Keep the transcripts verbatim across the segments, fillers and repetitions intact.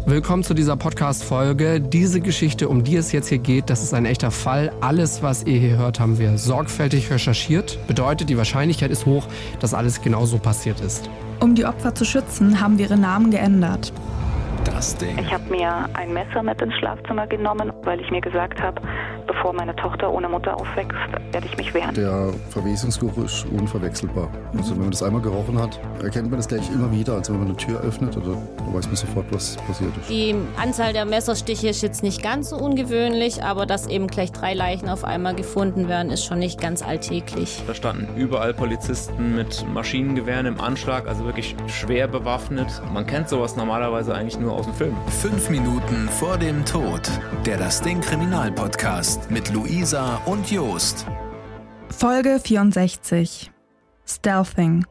Willkommen zu dieser Podcast-Folge. Diese Geschichte, um die es jetzt hier geht, das ist ein echter Fall. Alles, was ihr hier hört, haben wir sorgfältig recherchiert. Bedeutet, die Wahrscheinlichkeit ist hoch, dass alles genauso passiert ist. Um die Opfer zu schützen, haben wir ihre Namen geändert. Das Ding. Ich habe mir ein Messer mit ins Schlafzimmer genommen, weil ich mir gesagt habe, bevor meine Tochter ohne Mutter aufwächst, werde ich mich wehren. Der Verwesungsgeruch ist unverwechselbar. Also wenn man das einmal gerochen hat, erkennt man das gleich immer wieder. Also wenn man eine Tür öffnet, oder dann weiß man sofort, was passiert ist. Die Anzahl der Messerstiche ist jetzt nicht ganz so ungewöhnlich, aber dass eben gleich drei Leichen auf einmal gefunden werden, ist schon nicht ganz alltäglich. Da standen überall Polizisten mit Maschinengewehren im Anschlag, also wirklich schwer bewaffnet. Man kennt sowas normalerweise eigentlich nur aus dem Film. Fünf Minuten vor dem Tod. Der Das Ding Kriminalpodcast mit Luisa und Jost. Folge vierundsechzig. Stealthing.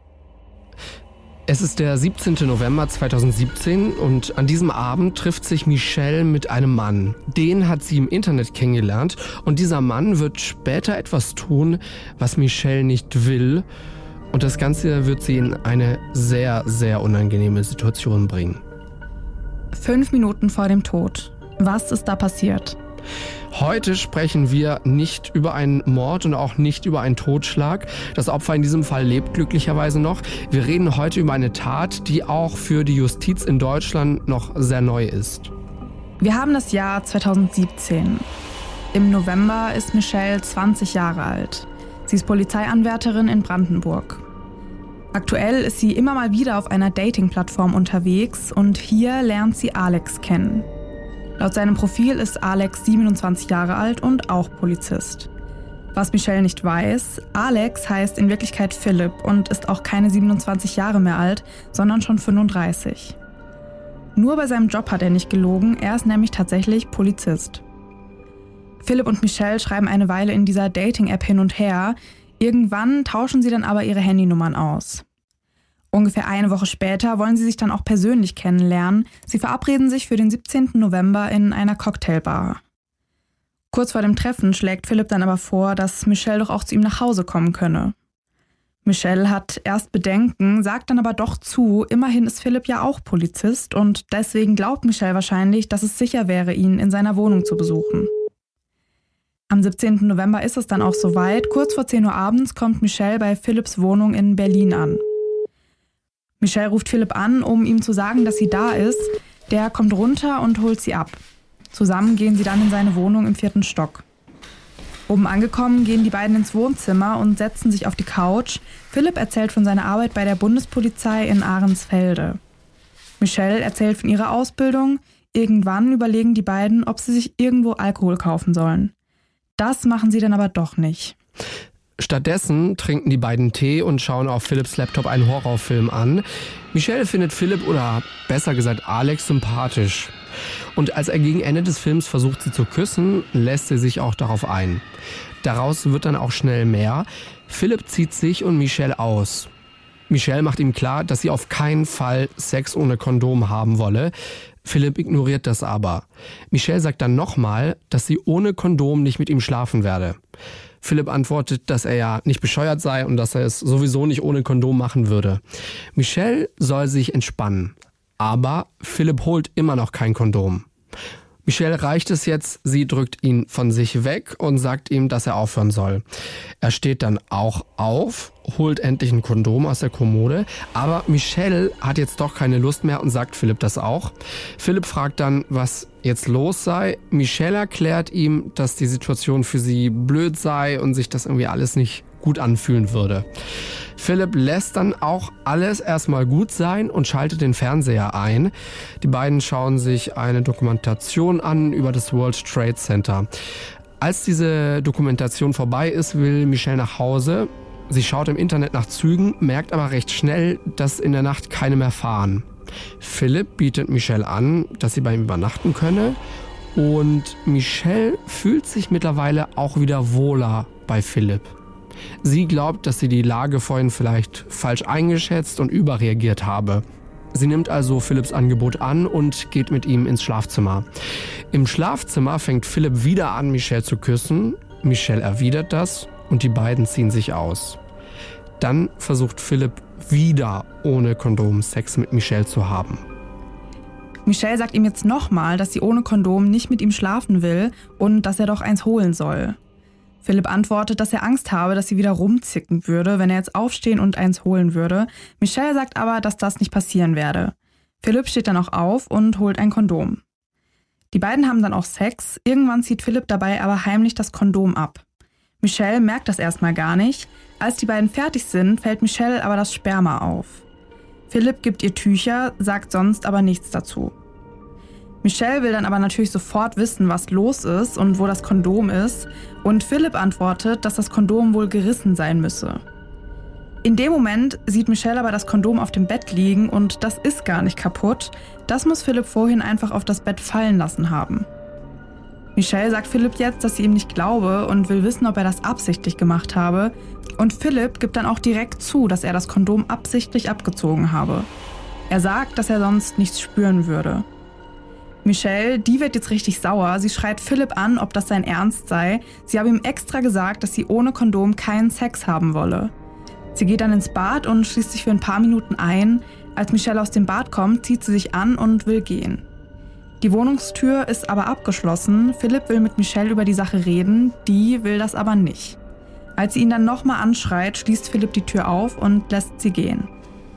Es ist der siebzehnten November zweitausendsiebzehn und an diesem Abend trifft sich Michelle mit einem Mann. Den hat sie im Internet kennengelernt und dieser Mann wird später etwas tun, was Michelle nicht will. Und das Ganze wird sie in eine sehr, sehr unangenehme Situation bringen. Fünf Minuten vor dem Tod. Was ist da passiert? Heute sprechen wir nicht über einen Mord und auch nicht über einen Totschlag. Das Opfer in diesem Fall lebt glücklicherweise noch. Wir reden heute über eine Tat, die auch für die Justiz in Deutschland noch sehr neu ist. Wir haben das Jahr zweitausendsiebzehn. Im November ist Michelle zwanzig Jahre alt. Sie ist Polizeianwärterin in Brandenburg. Aktuell ist sie immer mal wieder auf einer Dating-Plattform unterwegs und hier lernt sie Alex kennen. Laut seinem Profil ist Alex siebenundzwanzig Jahre alt und auch Polizist. Was Michelle nicht weiß, Alex heißt in Wirklichkeit Philipp und ist auch keine siebenundzwanzig Jahre mehr alt, sondern schon fünfunddreißig. Nur bei seinem Job hat er nicht gelogen, er ist nämlich tatsächlich Polizist. Philipp und Michelle schreiben eine Weile in dieser Dating-App hin und her. Irgendwann tauschen sie dann aber ihre Handynummern aus. Ungefähr eine Woche später wollen sie sich dann auch persönlich kennenlernen. Sie verabreden sich für den siebzehnten November in einer Cocktailbar. Kurz vor dem Treffen schlägt Philipp dann aber vor, dass Michelle doch auch zu ihm nach Hause kommen könne. Michelle hat erst Bedenken, sagt dann aber doch zu, immerhin ist Philipp ja auch Polizist und deswegen glaubt Michelle wahrscheinlich, dass es sicher wäre, ihn in seiner Wohnung zu besuchen. Am siebzehnten November ist es dann auch soweit. Kurz vor zehn Uhr abends kommt Michelle bei Philipps Wohnung in Berlin an. Michelle ruft Philipp an, um ihm zu sagen, dass sie da ist. Der kommt runter und holt sie ab. Zusammen gehen sie dann in seine Wohnung im vierten Stock. Oben angekommen gehen die beiden ins Wohnzimmer und setzen sich auf die Couch. Philipp erzählt von seiner Arbeit bei der Bundespolizei in Ahrensfelde. Michelle erzählt von ihrer Ausbildung. Irgendwann überlegen die beiden, ob sie sich irgendwo Alkohol kaufen sollen. Das machen sie dann aber doch nicht. Stattdessen trinken die beiden Tee und schauen auf Philipps Laptop einen Horrorfilm an. Michelle findet Philipp oder besser gesagt Alex sympathisch. Und als er gegen Ende des Films versucht, sie zu küssen, lässt sie sich auch darauf ein. Daraus wird dann auch schnell mehr. Philipp zieht sich und Michelle aus. Michelle macht ihm klar, dass sie auf keinen Fall Sex ohne Kondom haben wolle. Philipp ignoriert das aber. Michelle sagt dann nochmal, dass sie ohne Kondom nicht mit ihm schlafen werde. Philipp antwortet, dass er ja nicht bescheuert sei und dass er es sowieso nicht ohne Kondom machen würde. Michelle soll sich entspannen. Aber Philipp holt immer noch kein Kondom. Michelle reicht es jetzt, sie drückt ihn von sich weg und sagt ihm, dass er aufhören soll. Er steht dann auch auf, holt endlich ein Kondom aus der Kommode, aber Michelle hat jetzt doch keine Lust mehr und sagt Philipp das auch. Philipp fragt dann, was jetzt los sei. Michelle erklärt ihm, dass die Situation für sie blöd sei und sich das irgendwie alles nicht gut anfühlen würde. Philipp lässt dann auch alles erstmal gut sein und schaltet den Fernseher ein. Die beiden schauen sich eine Dokumentation an über das World Trade Center. Als diese Dokumentation vorbei ist, will Michelle nach Hause. Sie schaut im Internet nach Zügen, merkt aber recht schnell, dass in der Nacht keine mehr fahren. Philipp bietet Michelle an, dass sie bei ihm übernachten könne. Und Michelle fühlt sich mittlerweile auch wieder wohler bei Philipp. Sie glaubt, dass sie die Lage vorhin vielleicht falsch eingeschätzt und überreagiert habe. Sie nimmt also Philipps Angebot an und geht mit ihm ins Schlafzimmer. Im Schlafzimmer fängt Philipp wieder an, Michelle zu küssen. Michelle erwidert das und die beiden ziehen sich aus. Dann versucht Philipp wieder ohne Kondom Sex mit Michelle zu haben. Michelle sagt ihm jetzt nochmal, dass sie ohne Kondom nicht mit ihm schlafen will und dass er doch eins holen soll. Philipp antwortet, dass er Angst habe, dass sie wieder rumzicken würde, wenn er jetzt aufstehen und eins holen würde. Michelle sagt aber, dass das nicht passieren werde. Philipp steht dann auch auf und holt ein Kondom. Die beiden haben dann auch Sex. Irgendwann zieht Philipp dabei aber heimlich das Kondom ab. Michelle merkt das erstmal gar nicht. Als die beiden fertig sind, fällt Michelle aber das Sperma auf. Philipp gibt ihr Tücher, sagt sonst aber nichts dazu. Michelle will dann aber natürlich sofort wissen, was los ist und wo das Kondom ist. Und Philipp antwortet, dass das Kondom wohl gerissen sein müsse. In dem Moment sieht Michelle aber das Kondom auf dem Bett liegen und das ist gar nicht kaputt. Das muss Philipp vorhin einfach auf das Bett fallen lassen haben. Michelle sagt Philipp jetzt, dass sie ihm nicht glaube und will wissen, ob er das absichtlich gemacht habe. Und Philipp gibt dann auch direkt zu, dass er das Kondom absichtlich abgezogen habe. Er sagt, dass er sonst nichts spüren würde. Michelle, die wird jetzt richtig sauer. Sie schreit Philipp an, ob das sein Ernst sei. Sie habe ihm extra gesagt, dass sie ohne Kondom keinen Sex haben wolle. Sie geht dann ins Bad und schließt sich für ein paar Minuten ein. Als Michelle aus dem Bad kommt, zieht sie sich an und will gehen. Die Wohnungstür ist aber abgeschlossen. Philipp will mit Michelle über die Sache reden, die will das aber nicht. Als sie ihn dann nochmal anschreit, schließt Philipp die Tür auf und lässt sie gehen.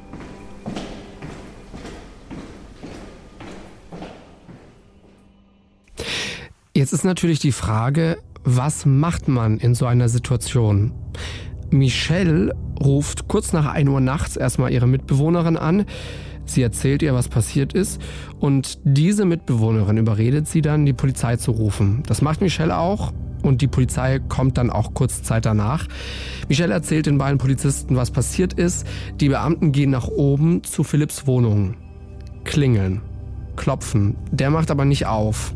Jetzt ist natürlich die Frage, was macht man in so einer Situation? Michelle ruft kurz nach ein Uhr nachts erstmal ihre Mitbewohnerin an. Sie erzählt ihr, was passiert ist, und diese Mitbewohnerin überredet sie dann, die Polizei zu rufen. Das macht Michelle auch und die Polizei kommt dann auch kurz Zeit danach. Michelle erzählt den beiden Polizisten, was passiert ist. Die Beamten gehen nach oben zu Philipps Wohnung, klingeln, klopfen. Der macht aber nicht auf.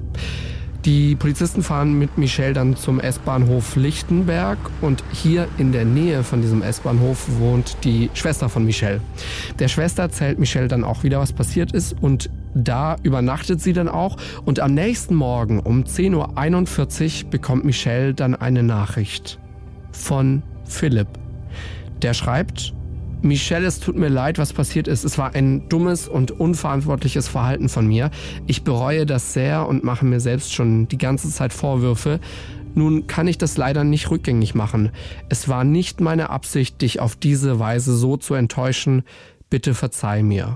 Die Polizisten fahren mit Michelle dann zum S-Bahnhof Lichtenberg und hier in der Nähe von diesem S-Bahnhof wohnt die Schwester von Michelle. Der Schwester erzählt Michelle dann auch wieder, was passiert ist, und da übernachtet sie dann auch, und am nächsten Morgen um zehn Uhr einundvierzig bekommt Michelle dann eine Nachricht von Philipp. Der schreibt: Michelle, es tut mir leid, was passiert ist. Es war ein dummes und unverantwortliches Verhalten von mir. Ich bereue das sehr und mache mir selbst schon die ganze Zeit Vorwürfe. Nun kann ich das leider nicht rückgängig machen. Es war nicht meine Absicht, dich auf diese Weise so zu enttäuschen. Bitte verzeih mir.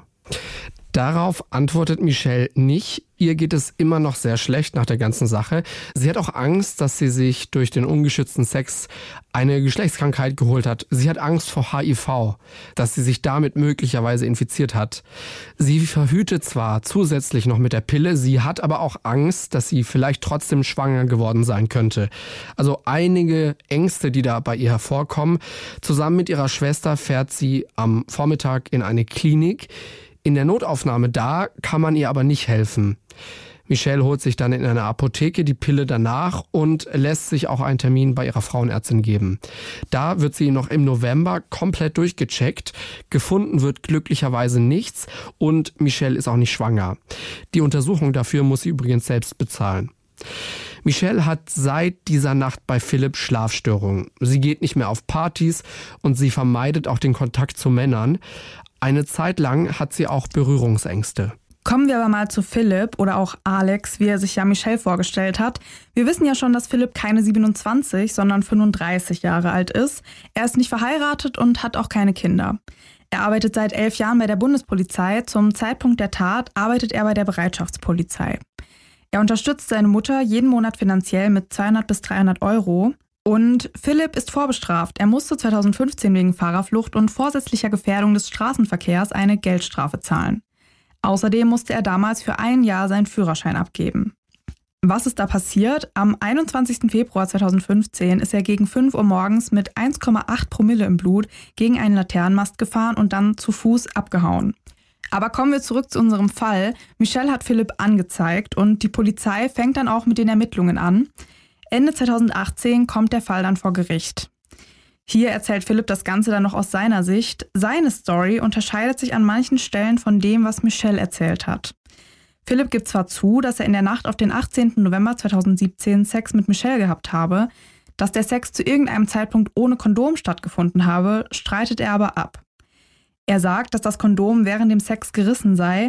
Darauf antwortet Michelle nicht. Ihr geht es immer noch sehr schlecht nach der ganzen Sache. Sie hat auch Angst, dass sie sich durch den ungeschützten Sex eine Geschlechtskrankheit geholt hat. Sie hat Angst vor H I V, dass sie sich damit möglicherweise infiziert hat. Sie verhütet zwar zusätzlich noch mit der Pille, sie hat aber auch Angst, dass sie vielleicht trotzdem schwanger geworden sein könnte. Also einige Ängste, die da bei ihr hervorkommen. Zusammen mit ihrer Schwester fährt sie am Vormittag in eine Klinik. In der Notaufnahme da kann man ihr aber nicht helfen. Michelle holt sich dann in einer Apotheke die Pille danach und lässt sich auch einen Termin bei ihrer Frauenärztin geben. Da wird sie noch im November komplett durchgecheckt. Gefunden wird glücklicherweise nichts und Michelle ist auch nicht schwanger. Die Untersuchung dafür muss sie übrigens selbst bezahlen. Michelle hat seit dieser Nacht bei Philipp Schlafstörungen. Sie geht nicht mehr auf Partys und sie vermeidet auch den Kontakt zu Männern. Eine Zeit lang hat sie auch Berührungsängste. Kommen wir aber mal zu Philipp oder auch Alex, wie er sich ja Michelle vorgestellt hat. Wir wissen ja schon, dass Philipp keine siebenundzwanzig, sondern fünfunddreißig Jahre alt ist. Er ist nicht verheiratet und hat auch keine Kinder. Er arbeitet seit elf Jahren bei der Bundespolizei. Zum Zeitpunkt der Tat arbeitet er bei der Bereitschaftspolizei. Er unterstützt seine Mutter jeden Monat finanziell mit zweihundert bis dreihundert Euro. Und Philipp ist vorbestraft. Er musste zweitausendfünfzehn wegen Fahrerflucht und vorsätzlicher Gefährdung des Straßenverkehrs eine Geldstrafe zahlen. Außerdem musste er damals für ein Jahr seinen Führerschein abgeben. Was ist da passiert? Am einundzwanzigsten Februar zweitausendfünfzehn ist er gegen fünf Uhr morgens mit eins Komma acht Promille im Blut gegen einen Laternenmast gefahren und dann zu Fuß abgehauen. Aber kommen wir zurück zu unserem Fall. Michelle hat Philipp angezeigt und die Polizei fängt dann auch mit den Ermittlungen an. Ende zweitausendachtzehn kommt der Fall dann vor Gericht. Hier erzählt Philipp das Ganze dann noch aus seiner Sicht. Seine Story unterscheidet sich an manchen Stellen von dem, was Michelle erzählt hat. Philipp gibt zwar zu, dass er in der Nacht auf den achtzehnten November zweitausendsiebzehn Sex mit Michelle gehabt habe. Dass der Sex zu irgendeinem Zeitpunkt ohne Kondom stattgefunden habe, streitet er aber ab. Er sagt, dass das Kondom während dem Sex gerissen sei.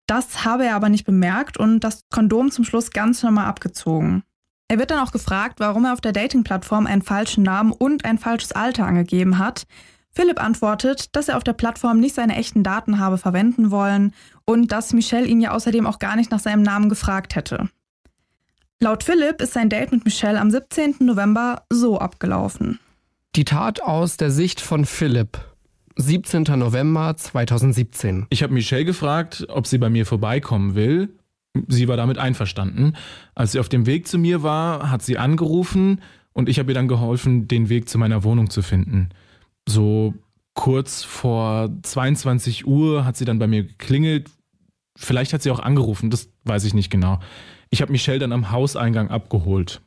Das habe er aber nicht bemerkt und das Kondom zum Schluss ganz normal abgezogen. Er wird dann auch gefragt, warum er auf der Dating-Plattform einen falschen Namen und ein falsches Alter angegeben hat. Philipp antwortet, dass er auf der Plattform nicht seine echten Daten habe verwenden wollen und dass Michelle ihn ja außerdem auch gar nicht nach seinem Namen gefragt hätte. Laut Philipp ist sein Date mit Michelle am siebzehnten November so abgelaufen. Die Tat aus der Sicht von Philipp. siebzehnten November zweitausendsiebzehn. Ich habe Michelle gefragt, ob sie bei mir vorbeikommen will. Sie war damit einverstanden. Als sie auf dem Weg zu mir war, hat sie angerufen und ich habe ihr dann geholfen, den Weg zu meiner Wohnung zu finden. So kurz vor zweiundzwanzig Uhr hat sie dann bei mir geklingelt. Vielleicht hat sie auch angerufen, das weiß ich nicht genau. Ich habe Michelle dann am Hauseingang abgeholt.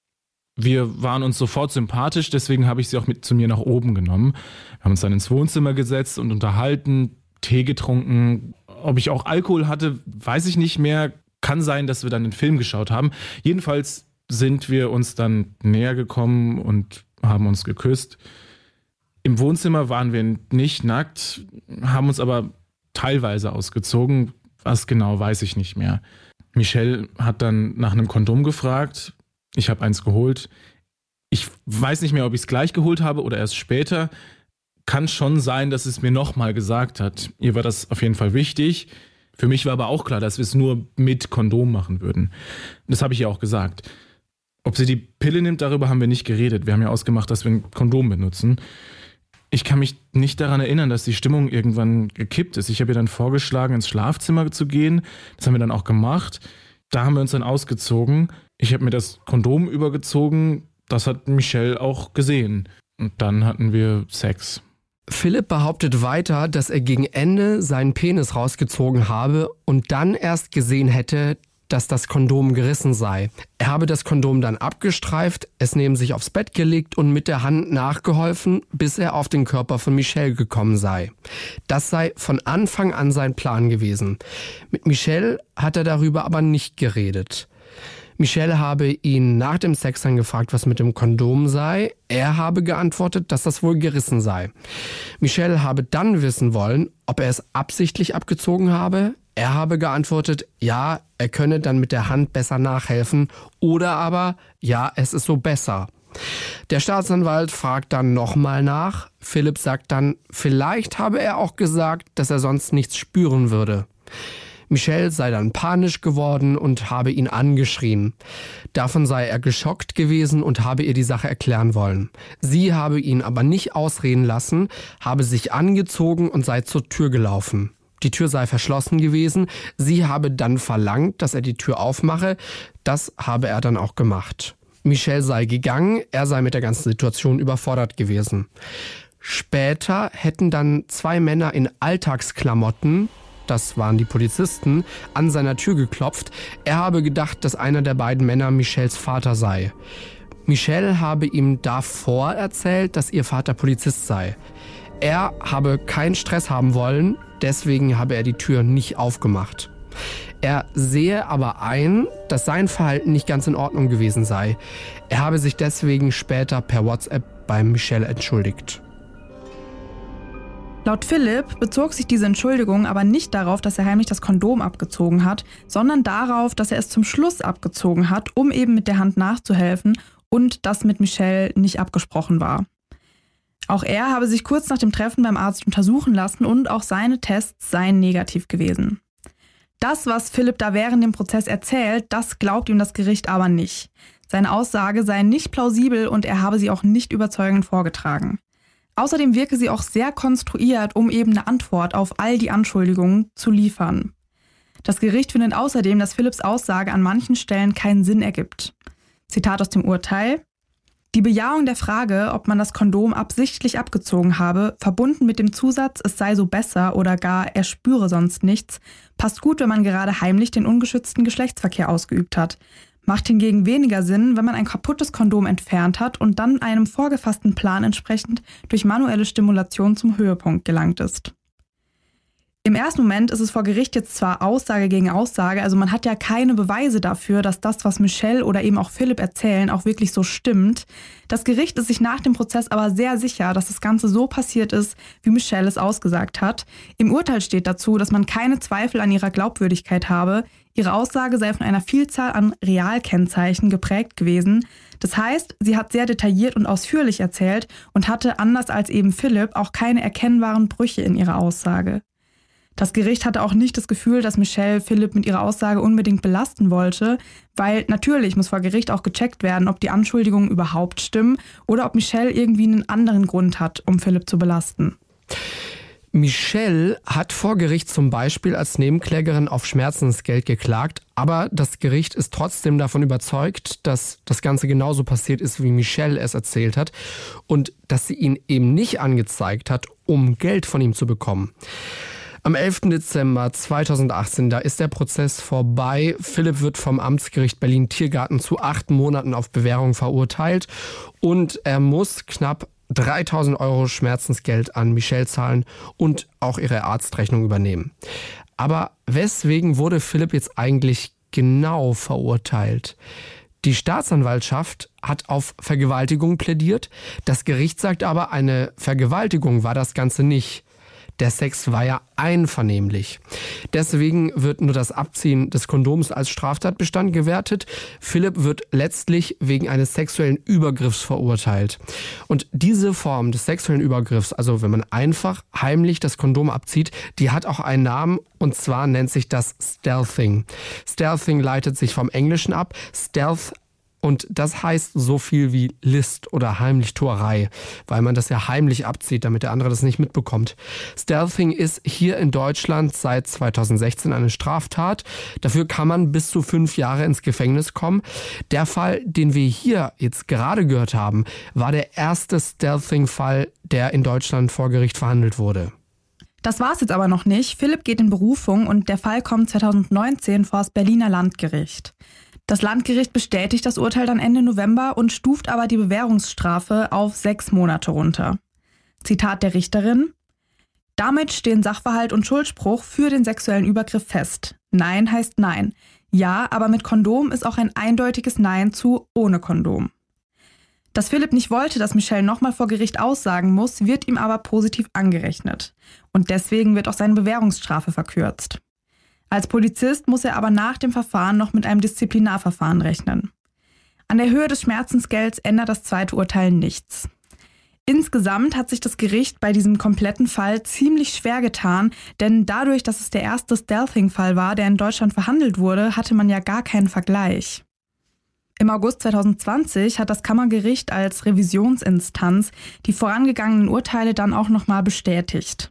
Wir waren uns sofort sympathisch, deswegen habe ich sie auch mit zu mir nach oben genommen. Wir haben uns dann ins Wohnzimmer gesetzt und unterhalten, Tee getrunken. Ob ich auch Alkohol hatte, weiß ich nicht mehr. Kann sein, dass wir dann einen Film geschaut haben. Jedenfalls sind wir uns dann näher gekommen und haben uns geküsst. Im Wohnzimmer waren wir nicht nackt, haben uns aber teilweise ausgezogen. Was genau, weiß ich nicht mehr. Michelle hat dann nach einem Kondom gefragt. Ich habe eins geholt. Ich weiß nicht mehr, ob ich es gleich geholt habe oder erst später. Kann schon sein, dass es mir nochmal gesagt hat. Ihr war das auf jeden Fall wichtig. Für mich war aber auch klar, dass wir es nur mit Kondom machen würden. Das habe ich ihr auch gesagt. Ob sie die Pille nimmt, darüber haben wir nicht geredet. Wir haben ja ausgemacht, dass wir ein Kondom benutzen. Ich kann mich nicht daran erinnern, dass die Stimmung irgendwann gekippt ist. Ich habe ihr dann vorgeschlagen, ins Schlafzimmer zu gehen. Das haben wir dann auch gemacht. Da haben wir uns dann ausgezogen. Ich habe mir das Kondom übergezogen. Das hat Michelle auch gesehen. Und dann hatten wir Sex. Philipp behauptet weiter, dass er gegen Ende seinen Penis rausgezogen habe und dann erst gesehen hätte, dass das Kondom gerissen sei. Er habe das Kondom dann abgestreift, es neben sich aufs Bett gelegt und mit der Hand nachgeholfen, bis er auf den Körper von Michelle gekommen sei. Das sei von Anfang an sein Plan gewesen. Mit Michelle hat er darüber aber nicht geredet. Michelle habe ihn nach dem Sex dann gefragt, was mit dem Kondom sei. Er habe geantwortet, dass das wohl gerissen sei. Michelle habe dann wissen wollen, ob er es absichtlich abgezogen habe. Er habe geantwortet, ja, er könne dann mit der Hand besser nachhelfen oder aber, ja, es ist so besser. Der Staatsanwalt fragt dann nochmal nach. Philipp sagt dann, vielleicht habe er auch gesagt, dass er sonst nichts spüren würde. Michelle sei dann panisch geworden und habe ihn angeschrien. Davon sei er geschockt gewesen und habe ihr die Sache erklären wollen. Sie habe ihn aber nicht ausreden lassen, habe sich angezogen und sei zur Tür gelaufen. Die Tür sei verschlossen gewesen. Sie habe dann verlangt, dass er die Tür aufmache. Das habe er dann auch gemacht. Michelle sei gegangen, er sei mit der ganzen Situation überfordert gewesen. Später hätten dann zwei Männer in Alltagsklamotten, das waren die Polizisten, an seiner Tür geklopft. Er habe gedacht, dass einer der beiden Männer Michelles Vater sei. Michelle habe ihm davor erzählt, dass ihr Vater Polizist sei. Er habe keinen Stress haben wollen, deswegen habe er die Tür nicht aufgemacht. Er sehe aber ein, dass sein Verhalten nicht ganz in Ordnung gewesen sei. Er habe sich deswegen später per WhatsApp bei Michelle entschuldigt. Laut Philipp bezog sich diese Entschuldigung aber nicht darauf, dass er heimlich das Kondom abgezogen hat, sondern darauf, dass er es zum Schluss abgezogen hat, um eben mit der Hand nachzuhelfen und das mit Michelle nicht abgesprochen war. Auch er habe sich kurz nach dem Treffen beim Arzt untersuchen lassen und auch seine Tests seien negativ gewesen. Das, was Philipp da während dem Prozess erzählt, das glaubt ihm das Gericht aber nicht. Seine Aussage sei nicht plausibel und er habe sie auch nicht überzeugend vorgetragen. Außerdem wirke sie auch sehr konstruiert, um eben eine Antwort auf all die Anschuldigungen zu liefern. Das Gericht findet außerdem, dass Philipps Aussage an manchen Stellen keinen Sinn ergibt. Zitat aus dem Urteil: Die Bejahung der Frage, ob man das Kondom absichtlich abgezogen habe, verbunden mit dem Zusatz, es sei so besser oder gar er spüre sonst nichts, passt gut, wenn man gerade heimlich den ungeschützten Geschlechtsverkehr ausgeübt hat. Macht hingegen weniger Sinn, wenn man ein kaputtes Kondom entfernt hat und dann einem vorgefassten Plan entsprechend durch manuelle Stimulation zum Höhepunkt gelangt ist. Im ersten Moment ist es vor Gericht jetzt zwar Aussage gegen Aussage, also man hat ja keine Beweise dafür, dass das, was Michelle oder eben auch Philipp erzählen, auch wirklich so stimmt. Das Gericht ist sich nach dem Prozess aber sehr sicher, dass das Ganze so passiert ist, wie Michelle es ausgesagt hat. Im Urteil steht dazu, dass man keine Zweifel an ihrer Glaubwürdigkeit habe. Ihre Aussage sei von einer Vielzahl an Realkennzeichen geprägt gewesen. Das heißt, sie hat sehr detailliert und ausführlich erzählt und hatte, anders als eben Philipp, auch keine erkennbaren Brüche in ihrer Aussage. Das Gericht hatte auch nicht das Gefühl, dass Michelle Philipp mit ihrer Aussage unbedingt belasten wollte, weil natürlich muss vor Gericht auch gecheckt werden, ob die Anschuldigungen überhaupt stimmen oder ob Michelle irgendwie einen anderen Grund hat, um Philipp zu belasten. Michelle hat vor Gericht zum Beispiel als Nebenklägerin auf Schmerzensgeld geklagt, aber das Gericht ist trotzdem davon überzeugt, dass das Ganze genauso passiert ist, wie Michelle es erzählt hat und dass sie ihn eben nicht angezeigt hat, um Geld von ihm zu bekommen. Am elften Dezember zweitausendachtzehn, da ist der Prozess vorbei. Philipp wird vom Amtsgericht Berlin-Tiergarten zu acht Monaten auf Bewährung verurteilt und er muss knapp dreitausend Euro Schmerzensgeld an Michelle zahlen und auch ihre Arztrechnung übernehmen. Aber weswegen wurde Philipp jetzt eigentlich genau verurteilt? Die Staatsanwaltschaft hat auf Vergewaltigung plädiert. Das Gericht sagt aber, eine Vergewaltigung war das Ganze nicht. Der Sex war ja einvernehmlich. Deswegen wird nur das Abziehen des Kondoms als Straftatbestand gewertet. Philipp wird letztlich wegen eines sexuellen Übergriffs verurteilt. Und diese Form des sexuellen Übergriffs, also wenn man einfach heimlich das Kondom abzieht, die hat auch einen Namen und zwar nennt sich das Stealthing. Stealthing leitet sich vom Englischen ab. Stealth. Und das heißt so viel wie List oder Heimlichtuerei, weil man das ja heimlich abzieht, damit der andere das nicht mitbekommt. Stealthing ist hier in Deutschland seit zweitausendsechzehn eine Straftat. Dafür kann man bis zu fünf Jahre ins Gefängnis kommen. Der Fall, den wir hier jetzt gerade gehört haben, war der erste Stealthing-Fall, der in Deutschland vor Gericht verhandelt wurde. Das war's jetzt aber noch nicht. Philipp geht in Berufung und der Fall kommt zweitausendneunzehn vor das Berliner Landgericht. Das Landgericht bestätigt das Urteil dann Ende November und stuft aber die Bewährungsstrafe auf sechs Monate runter. Zitat der Richterin: Damit stehen Sachverhalt und Schuldspruch für den sexuellen Übergriff fest. Nein heißt Nein. Ja, aber mit Kondom ist auch ein eindeutiges Nein zu ohne Kondom. Dass Philipp nicht wollte, dass Michelle nochmal vor Gericht aussagen muss, wird ihm aber positiv angerechnet. Und deswegen wird auch seine Bewährungsstrafe verkürzt. Als Polizist muss er aber nach dem Verfahren noch mit einem Disziplinarverfahren rechnen. An der Höhe des Schmerzensgelds ändert das zweite Urteil nichts. Insgesamt hat sich das Gericht bei diesem kompletten Fall ziemlich schwer getan, denn dadurch, dass es der erste Stealthing-Fall war, der in Deutschland verhandelt wurde, hatte man ja gar keinen Vergleich. Im August zweitausendzwanzig hat das Kammergericht als Revisionsinstanz die vorangegangenen Urteile dann auch nochmal bestätigt.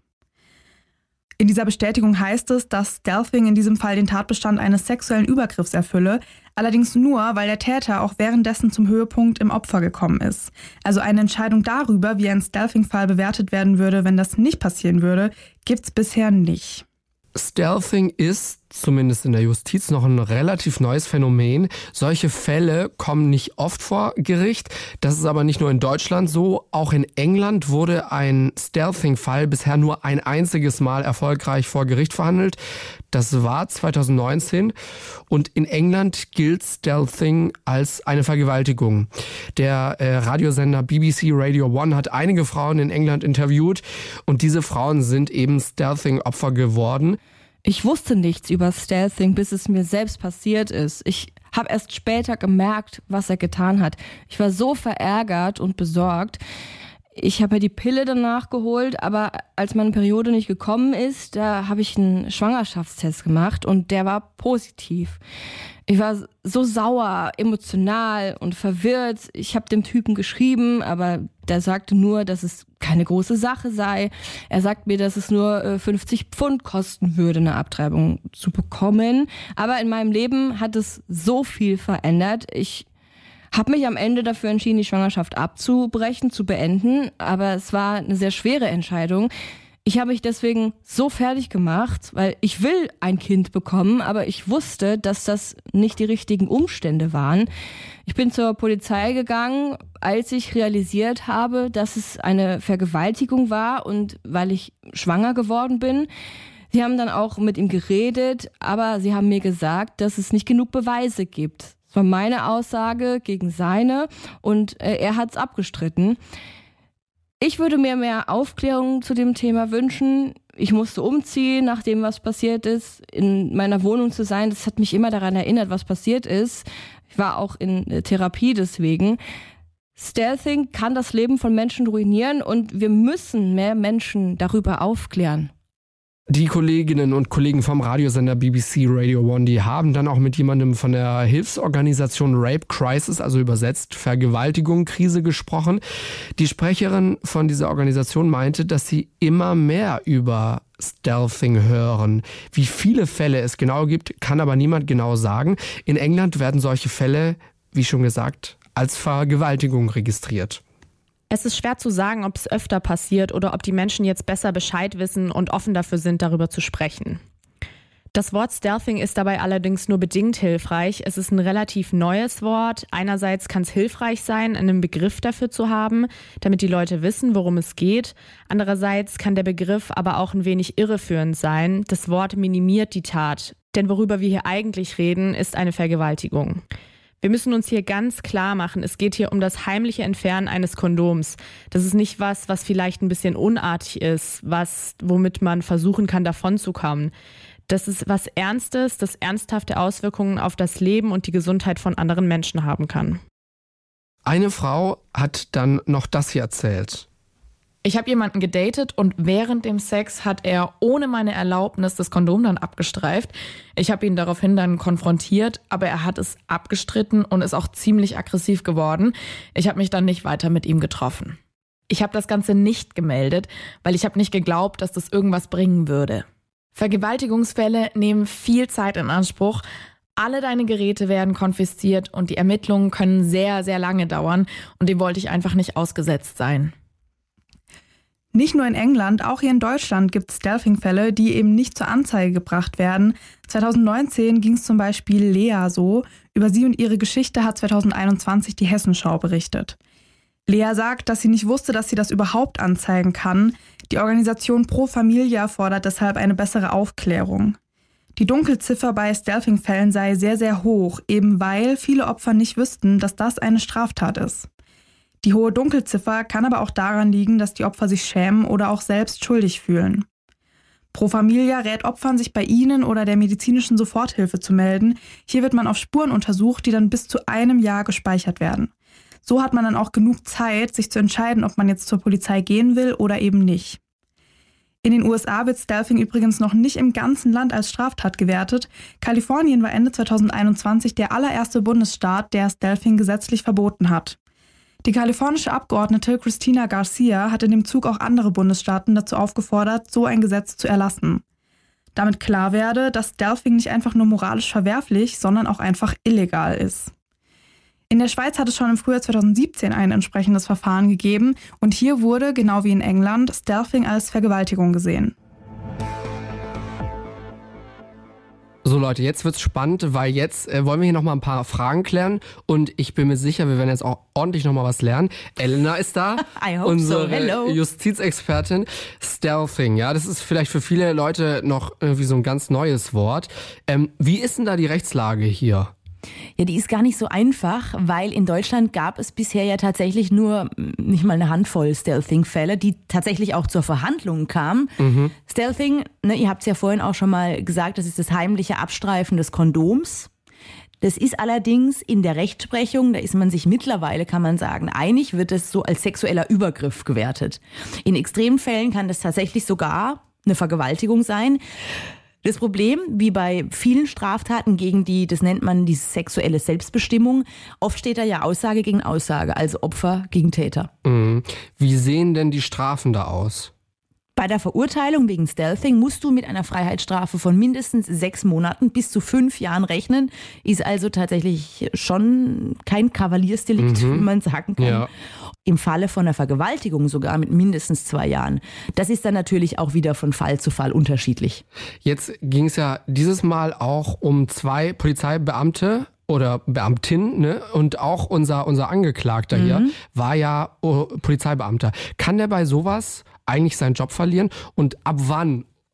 In dieser Bestätigung heißt es, dass Stealthing in diesem Fall den Tatbestand eines sexuellen Übergriffs erfülle, allerdings nur, weil der Täter auch währenddessen zum Höhepunkt im Opfer gekommen ist. Also eine Entscheidung darüber, wie ein Stealthing-Fall bewertet werden würde, wenn das nicht passieren würde, gibt's bisher nicht. Stealthing ist, zumindest in der Justiz, noch ein relativ neues Phänomen. Solche Fälle kommen nicht oft vor Gericht. Das ist aber nicht nur in Deutschland so. Auch in England wurde ein Stealthing-Fall bisher nur ein einziges Mal erfolgreich vor Gericht verhandelt. Das war zweitausendneunzehn. Und in England gilt Stealthing als eine Vergewaltigung. Der äh, Radiosender B B C Radio One hat einige Frauen in England interviewt. Und diese Frauen sind eben Stealthing-Opfer geworden. Ich wusste nichts über Stealthing, bis es mir selbst passiert ist. Ich habe erst später gemerkt, was er getan hat. Ich war so verärgert und besorgt. Ich habe ja die Pille danach geholt, aber als meine Periode nicht gekommen ist, da habe ich einen Schwangerschaftstest gemacht und der war positiv. Ich war so sauer, emotional und verwirrt. Ich habe dem Typen geschrieben, aber der sagte nur, dass es keine große Sache sei. Er sagt mir, dass es nur fünfzig Pfund kosten würde, eine Abtreibung zu bekommen. Aber in meinem Leben hat es so viel verändert. Ich habe mich am Ende dafür entschieden, die Schwangerschaft abzubrechen, zu beenden. Aber es war eine sehr schwere Entscheidung. Ich habe mich deswegen so fertig gemacht, weil ich will ein Kind bekommen, aber ich wusste, dass das nicht die richtigen Umstände waren. Ich bin zur Polizei gegangen, als ich realisiert habe, dass es eine Vergewaltigung war und weil ich schwanger geworden bin. Sie haben dann auch mit ihm geredet, aber sie haben mir gesagt, dass es nicht genug Beweise gibt. Das war meine Aussage gegen seine und äh, er hat es abgestritten. Ich würde mir mehr Aufklärung zu dem Thema wünschen. Ich musste umziehen, nachdem was passiert ist, in meiner Wohnung zu sein. Das hat mich immer daran erinnert, was passiert ist. Ich war auch in Therapie deswegen. Stealthing kann das Leben von Menschen ruinieren und wir müssen mehr Menschen darüber aufklären. Die Kolleginnen und Kollegen vom Radiosender B B C Radio One, die haben dann auch mit jemandem von der Hilfsorganisation Rape Crisis, also übersetzt Vergewaltigung, Krise gesprochen. Die Sprecherin von dieser Organisation meinte, dass sie immer mehr über Stealthing hören. Wie viele Fälle es genau gibt, kann aber niemand genau sagen. In England werden solche Fälle, wie schon gesagt, als Vergewaltigung registriert. Es ist schwer zu sagen, ob es öfter passiert oder ob die Menschen jetzt besser Bescheid wissen und offen dafür sind, darüber zu sprechen. Das Wort Stealthing ist dabei allerdings nur bedingt hilfreich. Es ist ein relativ neues Wort. Einerseits kann es hilfreich sein, einen Begriff dafür zu haben, damit die Leute wissen, worum es geht. Andererseits kann der Begriff aber auch ein wenig irreführend sein. Das Wort minimiert die Tat. Denn worüber wir hier eigentlich reden, ist eine Vergewaltigung. Wir müssen uns hier ganz klar machen, es geht hier um das heimliche Entfernen eines Kondoms. Das ist nicht was, was vielleicht ein bisschen unartig ist, was, womit man versuchen kann, davonzukommen. Das ist was Ernstes, das ernsthafte Auswirkungen auf das Leben und die Gesundheit von anderen Menschen haben kann. Eine Frau hat dann noch das hier erzählt. Ich habe jemanden gedatet und während dem Sex hat er ohne meine Erlaubnis das Kondom dann abgestreift. Ich habe ihn daraufhin dann konfrontiert, aber er hat es abgestritten und ist auch ziemlich aggressiv geworden. Ich habe mich dann nicht weiter mit ihm getroffen. Ich habe das Ganze nicht gemeldet, weil ich habe nicht geglaubt, dass das irgendwas bringen würde. Vergewaltigungsfälle nehmen viel Zeit in Anspruch. Alle deine Geräte werden konfisziert und die Ermittlungen können sehr, sehr lange dauern und dem wollte ich einfach nicht ausgesetzt sein. Nicht nur in England, auch hier in Deutschland gibt es Stealthing-Fälle, die eben nicht zur Anzeige gebracht werden. zwanzig neunzehn ging es zum Beispiel Lea so. Über sie und ihre Geschichte hat zwanzig einundzwanzig die Hessenschau berichtet. Lea sagt, dass sie nicht wusste, dass sie das überhaupt anzeigen kann. Die Organisation Pro Familia fordert deshalb eine bessere Aufklärung. Die Dunkelziffer bei Stealthing-Fällen sei sehr, sehr hoch, eben weil viele Opfer nicht wüssten, dass das eine Straftat ist. Die hohe Dunkelziffer kann aber auch daran liegen, dass die Opfer sich schämen oder auch selbst schuldig fühlen. Pro Familia rät Opfern, sich bei ihnen oder der medizinischen Soforthilfe zu melden. Hier wird man auf Spuren untersucht, die dann bis zu einem Jahr gespeichert werden. So hat man dann auch genug Zeit, sich zu entscheiden, ob man jetzt zur Polizei gehen will oder eben nicht. In den U S A wird Stealthing übrigens noch nicht im ganzen Land als Straftat gewertet. Kalifornien war Ende zwanzig einundzwanzig der allererste Bundesstaat, der Stealthing gesetzlich verboten hat. Die kalifornische Abgeordnete Cristina Garcia hat in dem Zug auch andere Bundesstaaten dazu aufgefordert, so ein Gesetz zu erlassen. Damit klar werde, dass Stealthing nicht einfach nur moralisch verwerflich, sondern auch einfach illegal ist. In der Schweiz hat es schon im Frühjahr zwanzig siebzehn ein entsprechendes Verfahren gegeben und hier wurde, genau wie in England, Stealthing als Vergewaltigung gesehen. So Leute, jetzt wird's spannend, weil jetzt äh, wollen wir hier nochmal ein paar Fragen klären und ich bin mir sicher, wir werden jetzt auch ordentlich nochmal was lernen. Elena ist da, I hope unsere so. Hello. Justizexpertin. Stealthing, ja, das ist vielleicht für viele Leute noch irgendwie so ein ganz neues Wort. Ähm, wie ist denn da die Rechtslage hier? Ja, die ist gar nicht so einfach, weil in Deutschland gab es bisher ja tatsächlich nur nicht mal eine Handvoll Stealthing-Fälle, die tatsächlich auch zur Verhandlung kamen. Mhm. Stealthing, ne, ihr habt es ja vorhin auch schon mal gesagt, das ist das heimliche Abstreifen des Kondoms. Das ist allerdings in der Rechtsprechung, da ist man sich mittlerweile, kann man sagen, einig, wird es so als sexueller Übergriff gewertet. In extremen Fällen kann das tatsächlich sogar eine Vergewaltigung sein. Das Problem, wie bei vielen Straftaten gegen die, das nennt man die sexuelle Selbstbestimmung, oft steht da ja Aussage gegen Aussage, also Opfer gegen Täter. Mhm. Wie sehen denn die Strafen da aus? Bei der Verurteilung wegen Stealthing musst du mit einer Freiheitsstrafe von mindestens sechs Monaten bis zu fünf Jahren rechnen. Ist also tatsächlich schon kein Kavaliersdelikt, mhm. wie man sagen kann. Ja. Im Falle von einer Vergewaltigung sogar mit mindestens zwei Jahren. Das ist dann natürlich auch wieder von Fall zu Fall unterschiedlich. Jetzt ging es ja dieses Mal auch um zwei Polizeibeamte oder Beamtin, ne? Und auch unser, unser Angeklagter mhm. hier war ja oh, Polizeibeamter. Kann der bei sowas eigentlich seinen Job verlieren? Und ab wann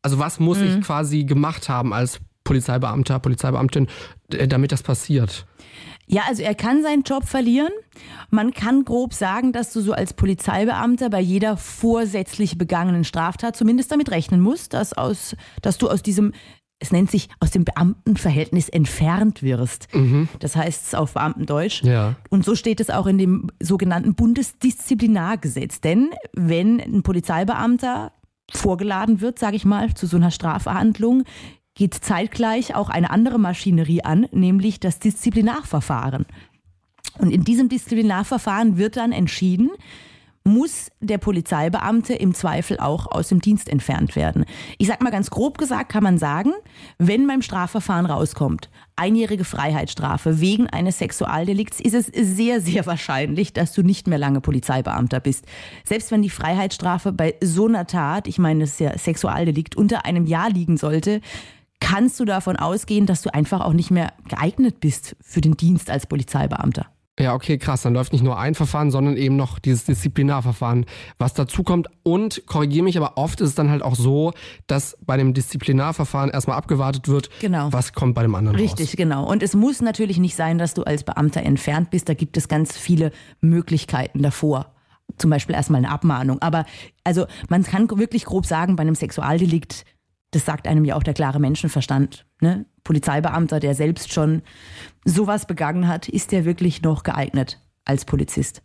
Also was muss Mhm. ich quasi gemacht haben als Polizeibeamter, Polizeibeamtin, äh, damit das passiert? Ja, also er kann seinen Job verlieren. Man kann grob sagen, dass du so als Polizeibeamter bei jeder vorsätzlich begangenen Straftat zumindest damit rechnen musst, dass, aus, dass du aus diesem, es nennt sich, aus dem Beamtenverhältnis entfernt wirst. Mhm. Das heißt es auf Beamtendeutsch. Ja. Und so steht es auch in dem sogenannten Bundesdisziplinargesetz. Denn wenn ein Polizeibeamter vorgeladen wird, sage ich mal, zu so einer Strafverhandlung, geht zeitgleich auch eine andere Maschinerie an, nämlich das Disziplinarverfahren. Und in diesem Disziplinarverfahren wird dann entschieden, muss der Polizeibeamte im Zweifel auch aus dem Dienst entfernt werden. Ich sag mal ganz grob gesagt, kann man sagen, wenn beim Strafverfahren rauskommt, einjährige Freiheitsstrafe wegen eines Sexualdelikts, ist es sehr, sehr wahrscheinlich, dass du nicht mehr lange Polizeibeamter bist. Selbst wenn die Freiheitsstrafe bei so einer Tat, ich meine, das ist ja Sexualdelikt, unter einem Jahr liegen sollte, kannst du davon ausgehen, dass du einfach auch nicht mehr geeignet bist für den Dienst als Polizeibeamter. Ja, okay, krass. Dann läuft nicht nur ein Verfahren, sondern eben noch dieses Disziplinarverfahren, was dazu kommt. Und, korrigiere mich, aber oft ist es dann halt auch so, dass bei dem Disziplinarverfahren erstmal abgewartet wird, genau. was kommt bei dem anderen Richtig, raus. genau. Und es muss natürlich nicht sein, dass du als Beamter entfernt bist. Da gibt es ganz viele Möglichkeiten davor. Zum Beispiel erstmal eine Abmahnung. Aber also man kann wirklich grob sagen, bei einem Sexualdelikt, das sagt einem ja auch der klare Menschenverstand, ne? Polizeibeamter, der selbst schon sowas begangen hat, ist der wirklich noch geeignet als Polizist?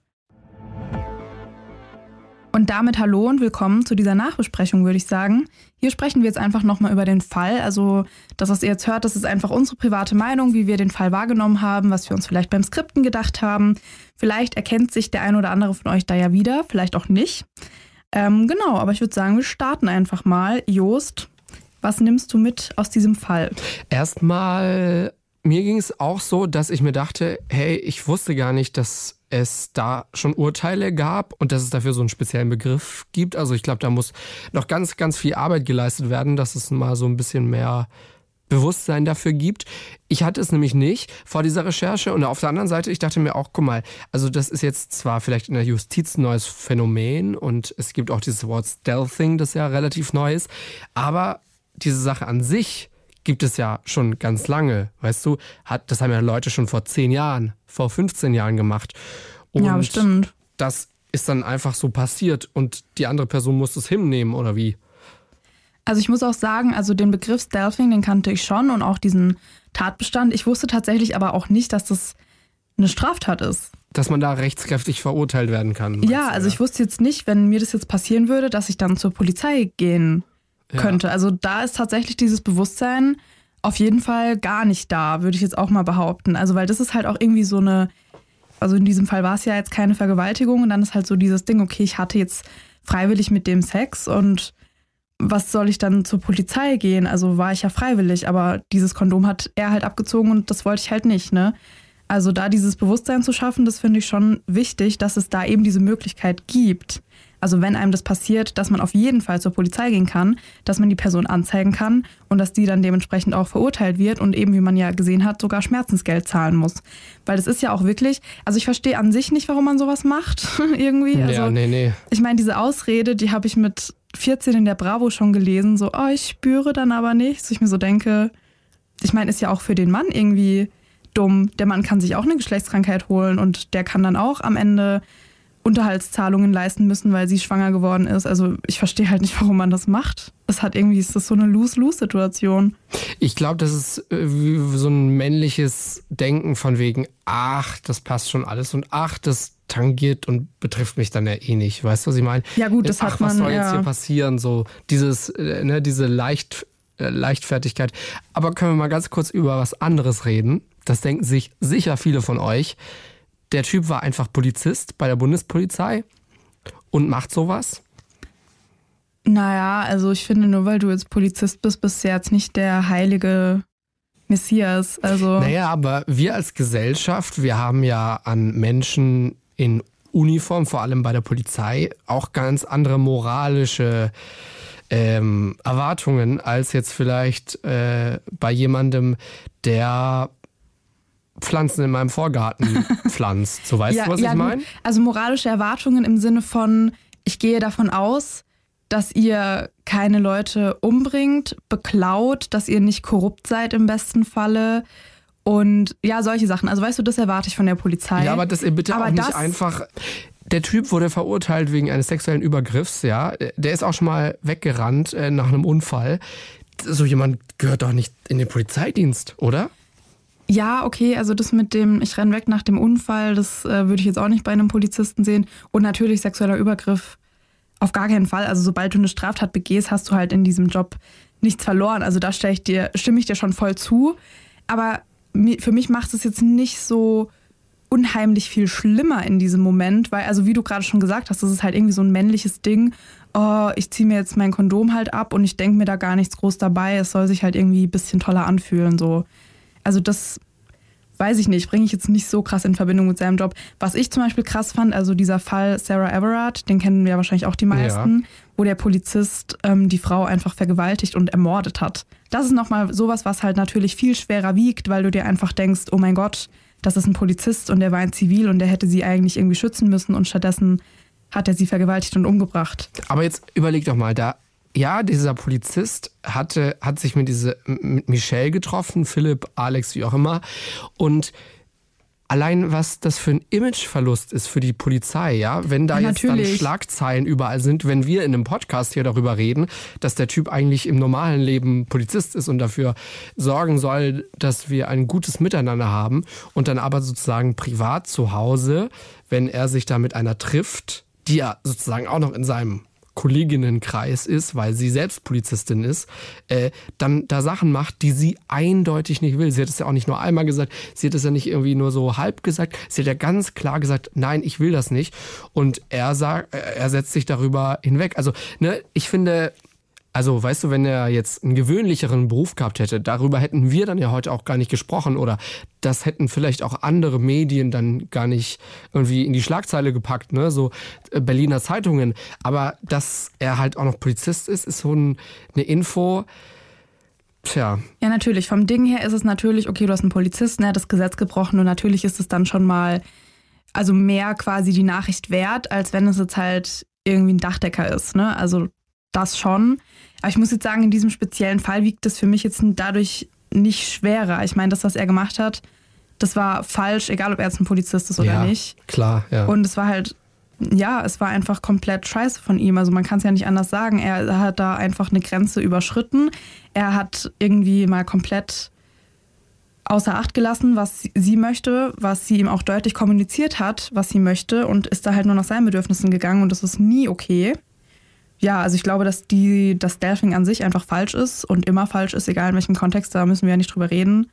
Und damit hallo und willkommen zu dieser Nachbesprechung, würde ich sagen. Hier sprechen wir jetzt einfach nochmal über den Fall. Also das, was ihr jetzt hört, das ist einfach unsere private Meinung, wie wir den Fall wahrgenommen haben, was wir uns vielleicht beim Skripten gedacht haben. Vielleicht erkennt sich der ein oder andere von euch da ja wieder, vielleicht auch nicht. Ähm, genau, aber ich würde sagen, wir starten einfach mal. Jost, was nimmst du mit aus diesem Fall? Erstmal, mir ging es auch so, dass ich mir dachte, hey, ich wusste gar nicht, dass es da schon Urteile gab und dass es dafür so einen speziellen Begriff gibt. Also ich glaube, da muss noch ganz, ganz viel Arbeit geleistet werden, dass es mal so ein bisschen mehr Bewusstsein dafür gibt. Ich hatte es nämlich nicht vor dieser Recherche und auf der anderen Seite, ich dachte mir auch, guck mal, also das ist jetzt zwar vielleicht in der Justiz ein neues Phänomen und es gibt auch dieses Wort Stealthing, das ja relativ neu ist, aber diese Sache an sich gibt es ja schon ganz lange, weißt du, hat, das haben ja Leute schon vor zehn Jahren, vor fünfzehn Jahren gemacht. Und ja, bestimmt. Das ist dann einfach so passiert und die andere Person muss es hinnehmen, oder wie? Also ich muss auch sagen, also den Begriff Stealthing, den kannte ich schon und auch diesen Tatbestand. Ich wusste tatsächlich aber auch nicht, dass das eine Straftat ist. Dass man da rechtskräftig verurteilt werden kann. Ja, du, also ja? ich wusste jetzt nicht, wenn mir das jetzt passieren würde, dass ich dann zur Polizei gehen könnte. Ja. Also da ist tatsächlich dieses Bewusstsein auf jeden Fall gar nicht da, würde ich jetzt auch mal behaupten. Also weil das ist halt auch irgendwie so eine, also in diesem Fall war es ja jetzt keine Vergewaltigung und dann ist halt so dieses Ding, okay, ich hatte jetzt freiwillig mit dem Sex und was soll ich dann zur Polizei gehen? Also war ich ja freiwillig, aber dieses Kondom hat er halt abgezogen und das wollte ich halt nicht, ne? Also da dieses Bewusstsein zu schaffen, das finde ich schon wichtig, dass es da eben diese Möglichkeit gibt. Also wenn einem das passiert, dass man auf jeden Fall zur Polizei gehen kann, dass man die Person anzeigen kann und dass die dann dementsprechend auch verurteilt wird und eben, wie man ja gesehen hat, sogar Schmerzensgeld zahlen muss. Weil das ist ja auch wirklich, also ich verstehe an sich nicht, warum man sowas macht, irgendwie. Also, ja, nee, nee. Ich meine, diese Ausrede, die habe ich mit vierzehn in der Bravo schon gelesen, so, oh, ich spüre dann aber nichts. Ich mir so denke, ich meine, ist ja auch für den Mann irgendwie dumm. Der Mann kann sich auch eine Geschlechtskrankheit holen und der kann dann auch am Ende Unterhaltszahlungen leisten müssen, weil sie schwanger geworden ist. Also ich verstehe halt nicht, warum man das macht. Es hat irgendwie, ist das so eine Lose-Lose-Situation. Ich glaube, das ist äh, so ein männliches Denken von wegen, ach, das passt schon alles und ach, das tangiert und betrifft mich dann ja eh nicht. Weißt du, was ich meine? Ja gut, das ach, hat man, was soll ja. jetzt hier passieren? So dieses, äh, ne, diese Leicht, äh, Leichtfertigkeit. Aber können wir mal ganz kurz über was anderes reden? Das denken sich sicher viele von euch. Der Typ war einfach Polizist bei der Bundespolizei und macht sowas? Naja, also ich finde, nur weil du jetzt Polizist bist, bist du jetzt nicht der heilige Messias. Also naja, aber wir als Gesellschaft, wir haben ja an Menschen in Uniform, vor allem bei der Polizei, auch ganz andere moralische ähm, Erwartungen als jetzt vielleicht äh, bei jemandem, der Pflanzen in meinem Vorgarten pflanzt. So, weißt ja, du, was ja, ich meine? Also moralische Erwartungen im Sinne von, ich gehe davon aus, dass ihr keine Leute umbringt, beklaut, dass ihr nicht korrupt seid im besten Falle. Und ja, solche Sachen. Also weißt du, das erwarte ich von der Polizei. Ja, aber dass ihr bitte aber auch nicht das einfach... Der Typ wurde verurteilt wegen eines sexuellen Übergriffs, ja. Der ist auch schon mal weggerannt äh, nach einem Unfall. So jemand gehört doch nicht in den Polizeidienst, oder? Ja, okay, also das mit dem, ich renn weg nach dem Unfall, das äh, würde ich jetzt auch nicht bei einem Polizisten sehen. Und natürlich sexueller Übergriff auf gar keinen Fall. Also sobald du eine Straftat begehst, hast du halt in diesem Job nichts verloren. Also da stelle ich dir, stimme ich dir schon voll zu. Aber für mich macht es jetzt nicht so unheimlich viel schlimmer in diesem Moment, weil, also wie du gerade schon gesagt hast, das ist halt irgendwie so ein männliches Ding. Oh, ich ziehe mir jetzt mein Kondom halt ab und ich denke mir da gar nichts groß dabei. Es soll sich halt irgendwie ein bisschen toller anfühlen, so. Also das weiß ich nicht, bringe ich jetzt nicht so krass in Verbindung mit seinem Job. Was ich zum Beispiel krass fand, also dieser Fall Sarah Everard, den kennen wir ja wahrscheinlich auch die meisten, ja. wo der Polizist ähm, die Frau einfach vergewaltigt und ermordet hat. Das ist nochmal sowas, was halt natürlich viel schwerer wiegt, weil du dir einfach denkst, oh mein Gott, das ist ein Polizist und der war in Zivil und der hätte sie eigentlich irgendwie schützen müssen und stattdessen hat er sie vergewaltigt und umgebracht. Aber jetzt überleg doch mal, da, ja, dieser Polizist hatte, hat sich mit, diese, mit Michelle getroffen, Philipp, Alex, wie auch immer. Und allein was das für ein Imageverlust ist für die Polizei, ja, wenn da ja, jetzt natürlich. dann Schlagzeilen überall sind, wenn wir in einem Podcast hier darüber reden, dass der Typ eigentlich im normalen Leben Polizist ist und dafür sorgen soll, dass wir ein gutes Miteinander haben und dann aber sozusagen privat zu Hause, wenn er sich da mit einer trifft, die ja sozusagen auch noch in seinem Kolleginnenkreis ist, weil sie selbst Polizistin ist, äh, dann da Sachen macht, die sie eindeutig nicht will. Sie hat es ja auch nicht nur einmal gesagt, sie hat es ja nicht irgendwie nur so halb gesagt, sie hat ja ganz klar gesagt, nein, ich will das nicht. Und er sagt, er setzt sich darüber hinweg. Also, ne, ich finde, also, weißt du, wenn er jetzt einen gewöhnlicheren Beruf gehabt hätte, darüber hätten wir dann ja heute auch gar nicht gesprochen oder das hätten vielleicht auch andere Medien dann gar nicht irgendwie in die Schlagzeile gepackt, ne, so Berliner Zeitungen. Aber dass er halt auch noch Polizist ist, ist so ein, eine Info, tja. Ja, natürlich. Vom Ding her ist es natürlich, okay, du hast einen Polizisten, er hat das Gesetz gebrochen und natürlich ist es dann schon mal, also mehr quasi die Nachricht wert, als wenn es jetzt halt irgendwie ein Dachdecker ist, ne, also das schon. Aber ich muss jetzt sagen, in diesem speziellen Fall wiegt es für mich jetzt dadurch nicht schwerer. Ich meine, das, was er gemacht hat, das war falsch, egal ob er jetzt ein Polizist ist oder ja, nicht. Klar, ja. Und es war halt, ja, es war einfach komplett scheiße von ihm. Also man kann es ja nicht anders sagen. Er hat da einfach eine Grenze überschritten. Er hat irgendwie mal komplett außer Acht gelassen, was sie möchte, was sie ihm auch deutlich kommuniziert hat, was sie möchte und ist da halt nur nach seinen Bedürfnissen gegangen und das ist nie okay. Ja, also ich glaube, dass die, das Stealthing an sich einfach falsch ist und immer falsch ist, egal in welchem Kontext, da müssen wir ja nicht drüber reden.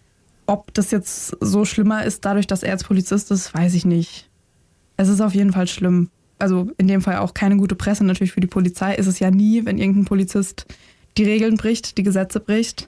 Ob das jetzt so schlimmer ist, dadurch, dass er jetzt Polizist ist, weiß ich nicht. Es ist auf jeden Fall schlimm. Also in dem Fall auch keine gute Presse natürlich für die Polizei. Ist es ja nie, wenn irgendein Polizist die Regeln bricht, die Gesetze bricht.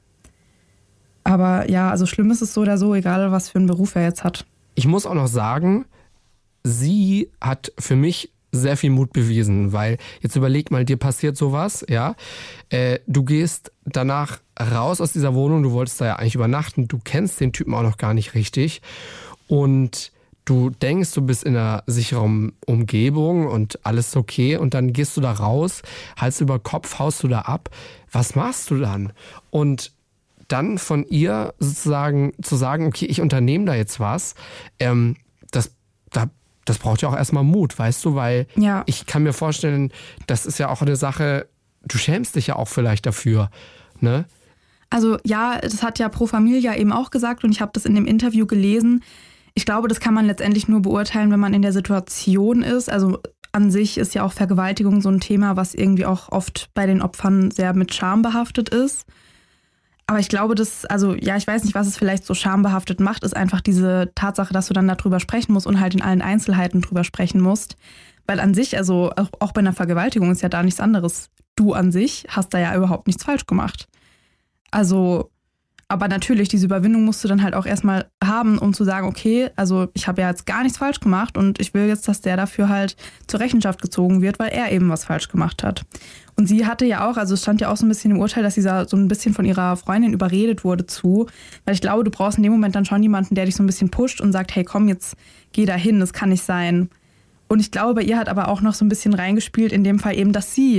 Aber ja, also schlimm ist es so oder so, egal was für einen Beruf er jetzt hat. Ich muss auch noch sagen, sie hat für mich sehr viel Mut bewiesen, weil jetzt überleg mal, dir passiert sowas, ja, äh, du gehst danach raus aus dieser Wohnung, du wolltest da ja eigentlich übernachten, du kennst den Typen auch noch gar nicht richtig und du denkst, du bist in einer sicheren Umgebung und alles ist okay und dann gehst du da raus, Hals über Kopf, haust du da ab, was machst du dann? Und dann von ihr sozusagen zu sagen, okay, ich unternehme da jetzt was, ähm, das, da Das braucht ja auch erstmal Mut, weißt du, weil ja. ich kann mir vorstellen, das ist ja auch eine Sache, du schämst dich ja auch vielleicht dafür, ne? Also ja, das hat ja Pro Familia eben auch gesagt und ich habe das in dem Interview gelesen. Ich glaube, das kann man letztendlich nur beurteilen, wenn man in der Situation ist. Also an sich ist ja auch Vergewaltigung so ein Thema, was irgendwie auch oft bei den Opfern sehr mit Scham behaftet ist. Aber ich glaube, dass, also ja, ich weiß nicht, was es vielleicht so schambehaftet macht, ist einfach diese Tatsache, dass du dann darüber sprechen musst und halt in allen Einzelheiten drüber sprechen musst. Weil an sich, also auch, auch bei einer Vergewaltigung ist ja da nichts anderes. Du an sich hast da ja überhaupt nichts falsch gemacht. Also, aber natürlich, diese Überwindung musst du dann halt auch erstmal haben, um zu sagen, okay, also ich habe ja jetzt gar nichts falsch gemacht und ich will jetzt, dass der dafür halt zur Rechenschaft gezogen wird, weil er eben was falsch gemacht hat. Und sie hatte ja auch, also es stand ja auch so ein bisschen im Urteil, dass sie so ein bisschen von ihrer Freundin überredet wurde zu. Weil ich glaube, du brauchst in dem Moment dann schon jemanden, der dich so ein bisschen pusht und sagt, hey komm, jetzt geh da hin, das kann nicht sein. Und ich glaube, bei ihr hat aber auch noch so ein bisschen reingespielt, in dem Fall eben, dass sie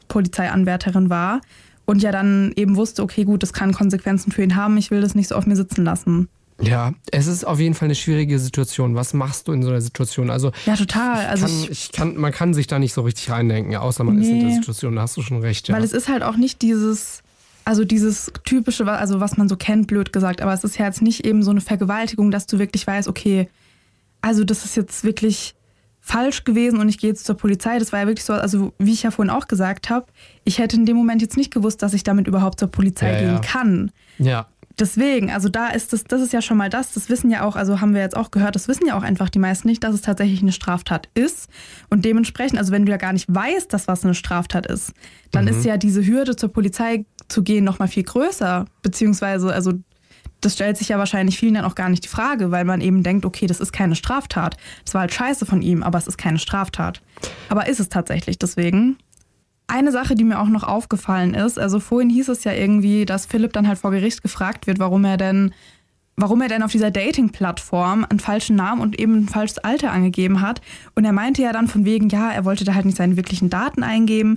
Polizeianwärterin war und ja dann eben wusste, okay, gut, das kann Konsequenzen für ihn haben, ich will das nicht so auf mir sitzen lassen. Ja, es ist auf jeden Fall eine schwierige Situation. Was machst du in so einer Situation? Also ja, total. Also kann, ich, ich kann, man kann sich da nicht so richtig reindenken, außer man nee, ist in der Situation, da hast du schon recht. Ja. Weil es ist halt auch nicht dieses, also dieses typische, also was man so kennt, blöd gesagt, aber es ist ja jetzt nicht eben so eine Vergewaltigung, dass du wirklich weißt, okay, also das ist jetzt wirklich falsch gewesen und ich gehe jetzt zur Polizei. Das war ja wirklich so, also wie ich ja vorhin auch gesagt habe, ich hätte in dem Moment jetzt nicht gewusst, dass ich damit überhaupt zur Polizei ja, gehen ja. kann. Ja. Deswegen, also da ist das, das ist ja schon mal das, das wissen ja auch, also haben wir jetzt auch gehört, das wissen ja auch einfach die meisten nicht, dass es tatsächlich eine Straftat ist. Und dementsprechend, also wenn du ja gar nicht weißt, dass was eine Straftat ist, dann mhm. ist ja diese Hürde zur Polizei zu gehen noch mal viel größer, beziehungsweise, also das stellt sich ja wahrscheinlich vielen dann auch gar nicht die Frage, weil man eben denkt, okay, das ist keine Straftat. Das war halt scheiße von ihm, aber es ist keine Straftat. Aber ist es tatsächlich, deswegen. Eine Sache, die mir auch noch aufgefallen ist, also vorhin hieß es ja irgendwie, dass Philipp dann halt vor Gericht gefragt wird, warum er denn, warum er denn auf dieser Dating-Plattform einen falschen Namen und eben ein falsches Alter angegeben hat. Und er meinte ja dann von wegen, ja, er wollte da halt nicht seine wirklichen Daten eingeben.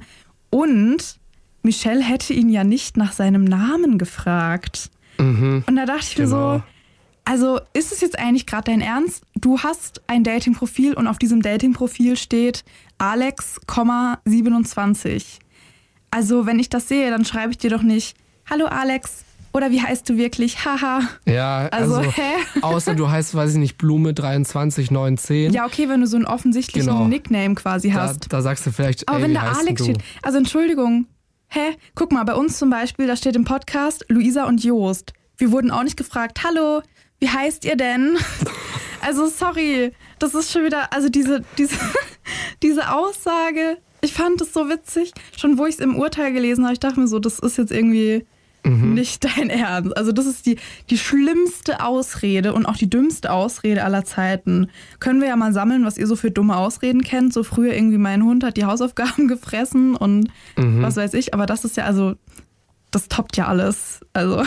Und Michelle hätte ihn ja nicht nach seinem Namen gefragt. Mhm. Und da dachte ich mir genau. so, also ist es jetzt eigentlich gerade dein Ernst? Du hast ein Dating-Profil und auf diesem Dating-Profil steht Alex, siebenundzwanzig. Also wenn ich das sehe, dann schreibe ich dir doch nicht, hallo Alex, oder wie heißt du wirklich? Haha. Ja, also, also hä? Außer du heißt, weiß ich nicht, Blume dreiundzwanzig neunzehn. Ja, okay, wenn du so einen offensichtlichen genau. Nickname quasi hast. Da, da sagst du vielleicht, aber ey, wenn wie da heißt Alex du? steht, also Entschuldigung, hä? Guck mal, bei uns zum Beispiel, da steht im Podcast Luisa und Joost. Wir wurden auch nicht gefragt, hallo, wie heißt ihr denn? Also sorry, das ist schon wieder, also diese, diese, diese Aussage, ich fand das so witzig. Schon wo ich es im Urteil gelesen habe, ich dachte mir so, das ist jetzt irgendwie mhm. nicht dein Ernst. Also das ist die, die schlimmste Ausrede und auch die dümmste Ausrede aller Zeiten. Können wir ja mal sammeln, was ihr so für dumme Ausreden kennt. So früher irgendwie mein Hund hat die Hausaufgaben gefressen und mhm. was weiß ich. Aber das ist ja, also, das toppt ja alles. Also...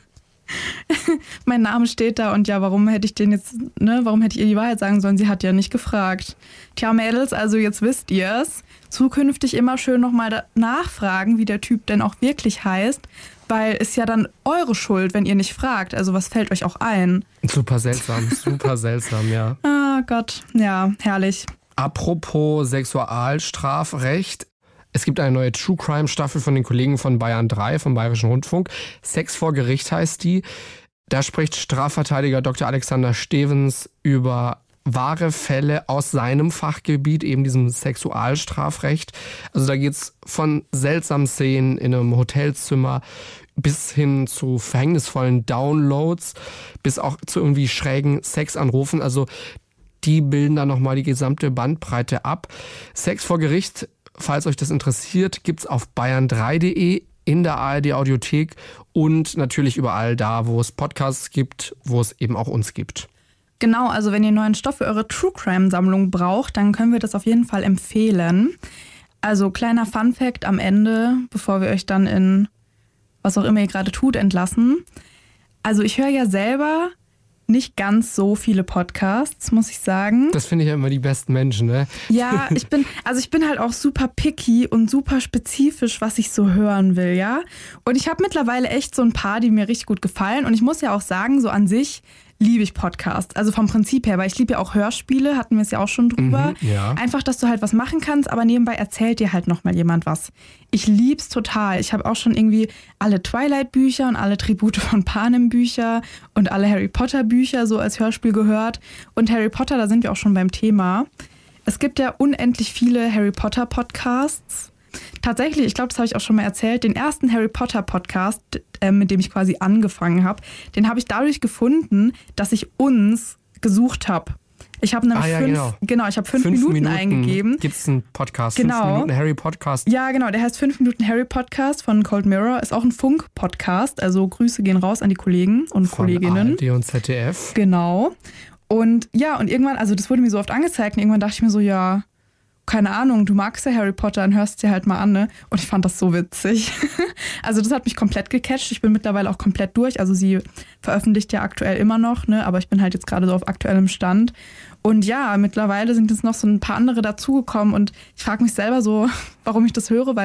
mein Name steht da und ja, warum hätte ich den jetzt, ne, warum hätte ich ihr die Wahrheit sagen sollen? Sie hat ja nicht gefragt. Tja, Mädels, also jetzt wisst ihr's. Zukünftig immer schön nochmal nachfragen, wie der Typ denn auch wirklich heißt, weil ist ja dann eure Schuld, wenn ihr nicht fragt. Also was fällt euch auch ein? Super seltsam, super seltsam, ja. Ah Gott, ja, herrlich. Apropos Sexualstrafrecht. Es gibt eine neue True Crime Staffel von den Kollegen von Bayern drei, vom Bayerischen Rundfunk. Sex vor Gericht heißt die. Da spricht Strafverteidiger Doktor Alexander Stevens über wahre Fälle aus seinem Fachgebiet, eben diesem Sexualstrafrecht. Also da geht's von seltsamen Szenen in einem Hotelzimmer bis hin zu verhängnisvollen Downloads, bis auch zu irgendwie schrägen Sexanrufen. Also die bilden dann nochmal die gesamte Bandbreite ab. Sex vor Gericht, falls euch das interessiert, gibt's auf bayern drei punkt de, in der A R D Audiothek und natürlich überall da, wo es Podcasts gibt, wo es eben auch uns gibt. Genau, also wenn ihr neuen Stoff für eure True Crime Sammlung braucht, dann können wir das auf jeden Fall empfehlen. Also kleiner Funfact am Ende, bevor wir euch dann in was auch immer ihr gerade tut, entlassen. Also ich höre ja selber nicht ganz so viele Podcasts, muss ich sagen. Das finde ich ja immer die besten Menschen, ne? Ja, ich bin, also ich bin halt auch super picky und super spezifisch, was ich so hören will, ja? Und ich habe mittlerweile echt so ein paar, die mir richtig gut gefallen. Und ich muss ja auch sagen, so an sich liebe ich Podcasts. Also vom Prinzip her, weil ich liebe ja auch Hörspiele, hatten wir es ja auch schon drüber. Mhm, ja. Einfach, dass du halt was machen kannst, aber nebenbei erzählt dir halt nochmal jemand was. Ich lieb's total. Ich habe auch schon irgendwie alle Twilight-Bücher und alle Tribute von Panem-Bücher und alle Harry Potter-Bücher so als Hörspiel gehört. Und Harry Potter, da sind wir auch schon beim Thema. Es gibt ja unendlich viele Harry Potter-Podcasts. Tatsächlich, ich glaube, das habe ich auch schon mal erzählt, den ersten Harry Potter Podcast, äh, mit dem ich quasi angefangen habe, den habe ich dadurch gefunden, dass ich uns gesucht habe. Ich habe nämlich ah, ja, fünf, genau. genau, ich habe fünf, fünf Minuten, Minuten eingegeben. Gibt es einen Podcast, genau. fünf Minuten Harry Podcast. Ja, genau, der heißt fünf Minuten Harry Podcast von Cold Mirror, ist auch ein Funk-Podcast, also Grüße gehen raus an die Kollegen und von Kolleginnen. A R D und Z D F. Genau. Und ja, und irgendwann, also das wurde mir so oft angezeigt und irgendwann dachte ich mir so, ja, keine Ahnung, du magst ja Harry Potter, dann hörst du dir halt mal an, ne? Und ich fand das so witzig. Also das hat mich komplett gecatcht. Ich bin mittlerweile auch komplett durch. Also sie veröffentlicht ja aktuell immer noch, ne? Aber ich bin halt jetzt gerade so auf aktuellem Stand. Und ja, mittlerweile sind jetzt noch so ein paar andere dazugekommen und ich frage mich selber so, warum ich das höre, weil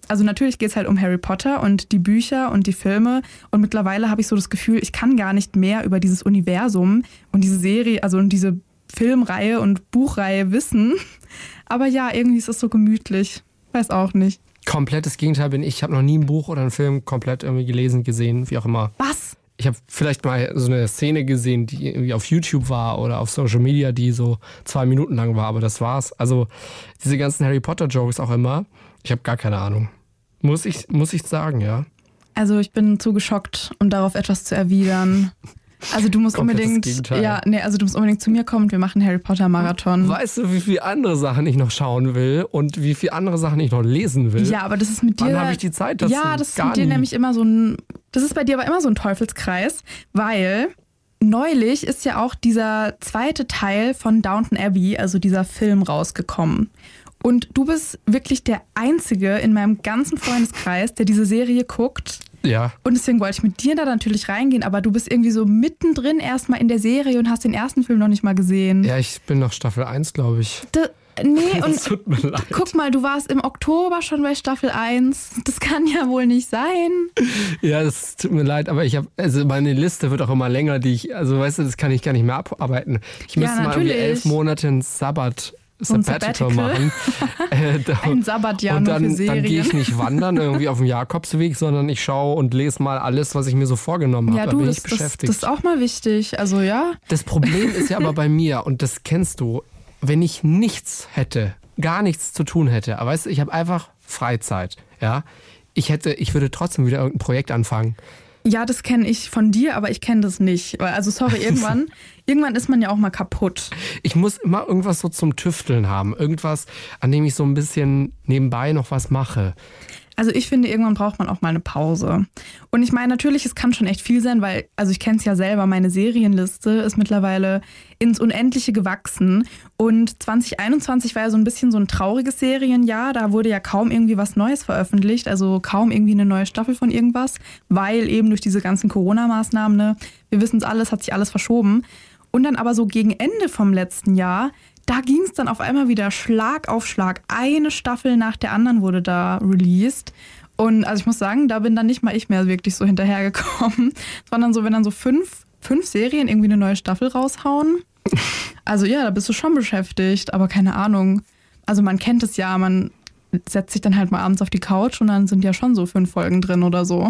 Also natürlich geht es halt um Harry Potter und die Bücher und die Filme. Und mittlerweile habe ich so das Gefühl, ich kann gar nicht mehr über dieses Universum und diese Serie, also diese Filmreihe und Buchreihe wissen. Aber ja, irgendwie ist es so gemütlich. Weiß auch nicht. Komplettes Gegenteil bin ich. Ich habe noch nie ein Buch oder einen Film komplett irgendwie gelesen, gesehen, wie auch immer. Was? Ich habe vielleicht mal so eine Szene gesehen, die irgendwie auf YouTube war oder auf Social Media, die so zwei Minuten lang war, aber das war's. Also diese ganzen Harry Potter Jokes auch immer, ich habe gar keine Ahnung. Muss ich, muss ich sagen, ja. Also ich bin zu geschockt, um darauf etwas zu erwidern. Also du musst unbedingt, ja, nee, also du musst unbedingt zu mir kommen und wir machen Harry Potter Marathon. Weißt du, wie viele andere Sachen ich noch schauen will und wie viele andere Sachen ich noch lesen will? Ja, aber das ist mit dir. Wann habe ich die Zeit dazu? Ja, das ist Gar mit dir nie. nämlich immer so ein, das ist bei dir aber immer so ein Teufelskreis, weil neulich ist ja auch dieser zweite Teil von Downton Abbey, also dieser Film, rausgekommen. Und du bist wirklich der Einzige in meinem ganzen Freundeskreis, der diese Serie guckt. Ja. Und deswegen wollte ich mit dir da natürlich reingehen, aber du bist irgendwie so mittendrin erstmal in der Serie und hast den ersten Film noch nicht mal gesehen. Ja, ich bin noch Staffel eins, glaube ich. Da, nee, das und tut mir leid. Guck mal, du warst im Oktober schon bei Staffel eins. Das kann ja wohl nicht sein. Ja, das tut mir leid, aber ich habe, also meine Liste wird auch immer länger, die ich, also weißt du, das kann ich gar nicht mehr abarbeiten. Ich müsste Ja, mal irgendwie natürlich. elf Monate einen Sabbat. So ein Sabbatical Sabbatical. machen. Äh, da, Ein Sabbatjahr und nur dann, für Serien. dann gehe ich nicht wandern irgendwie auf dem Jakobsweg, sondern ich schaue und lese mal alles, was ich mir so vorgenommen habe. Ja, Da du, bin das, ich das, beschäftigt. das ist auch mal wichtig. Also ja. Das Problem ist ja aber bei mir, und das kennst du, wenn ich nichts hätte, gar nichts zu tun hätte, aber weißt du, ich habe einfach Freizeit, ja, ich hätte, ich würde trotzdem wieder irgendein Projekt anfangen. Ja, das kenne ich von dir, aber ich kenne das nicht. Weil, also sorry, irgendwann, irgendwann ist man ja auch mal kaputt. Ich muss immer irgendwas so zum Tüfteln haben, irgendwas, an dem ich so ein bisschen nebenbei noch was mache. Also ich finde, irgendwann braucht man auch mal eine Pause. Und ich meine, natürlich, es kann schon echt viel sein, weil, also ich kenne es ja selber, meine Serienliste ist mittlerweile ins Unendliche gewachsen. Und zwanzig einundzwanzig war ja so ein bisschen so ein trauriges Serienjahr. Da wurde ja kaum irgendwie was Neues veröffentlicht, also kaum irgendwie eine neue Staffel von irgendwas, weil eben durch diese ganzen Corona-Maßnahmen, ne, wir wissen es alles, hat sich alles verschoben. Und dann aber so gegen Ende vom letzten Jahr, da ging es dann auf einmal wieder Schlag auf Schlag. Eine Staffel nach der anderen wurde da released. Und also ich muss sagen, da bin dann nicht mal ich mehr wirklich so hinterhergekommen. Sondern so, wenn dann so fünf, fünf Serien irgendwie eine neue Staffel raushauen. Also ja, da bist du schon beschäftigt, aber keine Ahnung. Also man kennt es ja, man setzt sich dann halt mal abends auf die Couch und dann sind ja schon so fünf Folgen drin oder so.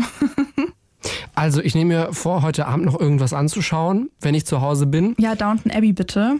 Also ich nehme mir vor, heute Abend noch irgendwas anzuschauen, wenn ich zu Hause bin. Ja, Downton Abbey bitte.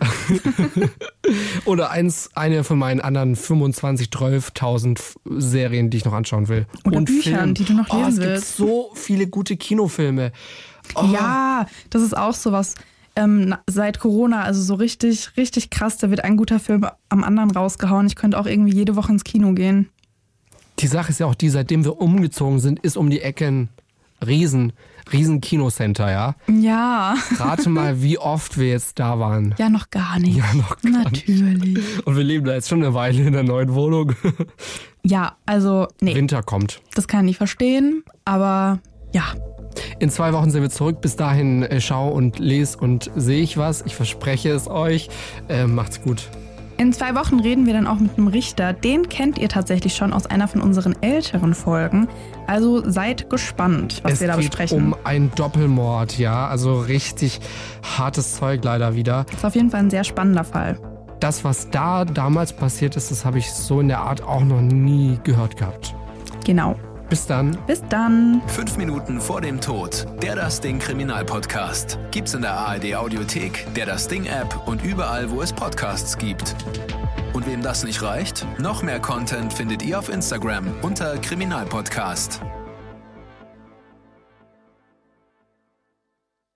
Oder eins, eine von meinen anderen fünfundzwanzig, zwölftausend Serien, die ich noch anschauen will. Oder Und Büchern, Film. die du noch oh, lesen es gibt willst. so viele gute Kinofilme. Oh. Ja, das ist auch sowas. Ähm, seit Corona, also so richtig, richtig krass, da wird ein guter Film am anderen rausgehauen. Ich könnte auch irgendwie jede Woche ins Kino gehen. Die Sache ist ja auch die, seitdem wir umgezogen sind, ist um die Ecke ein riesen, riesen Kinocenter, ja? Ja. Rate mal, wie oft wir jetzt da waren. Ja, noch gar nicht. Ja, noch gar Natürlich. nicht. Und wir leben da jetzt schon eine Weile in der neuen Wohnung. Ja, also, nee. Winter kommt. Das kann ich nicht verstehen, aber ja. In zwei Wochen sind wir zurück. Bis dahin äh, schau und les und sehe ich was. Ich verspreche es euch. Äh, macht's gut. In zwei Wochen reden wir dann auch mit einem Richter. Den kennt ihr tatsächlich schon aus einer von unseren älteren Folgen. Also seid gespannt, was es wir da geht besprechen. um einen Doppelmord, ja. Also richtig hartes Zeug leider wieder. Das ist auf jeden Fall ein sehr spannender Fall. Das, was da damals passiert ist, das habe ich so in der Art auch noch nie gehört gehabt. Genau. Bis dann. Bis dann. Fünf Minuten vor dem Tod. Der Das Ding Kriminalpodcast. Gibt's in der A R D Audiothek, der Das Ding App und überall, wo es Podcasts gibt. Und wem das nicht reicht, noch mehr Content findet ihr auf Instagram unter Kriminalpodcast.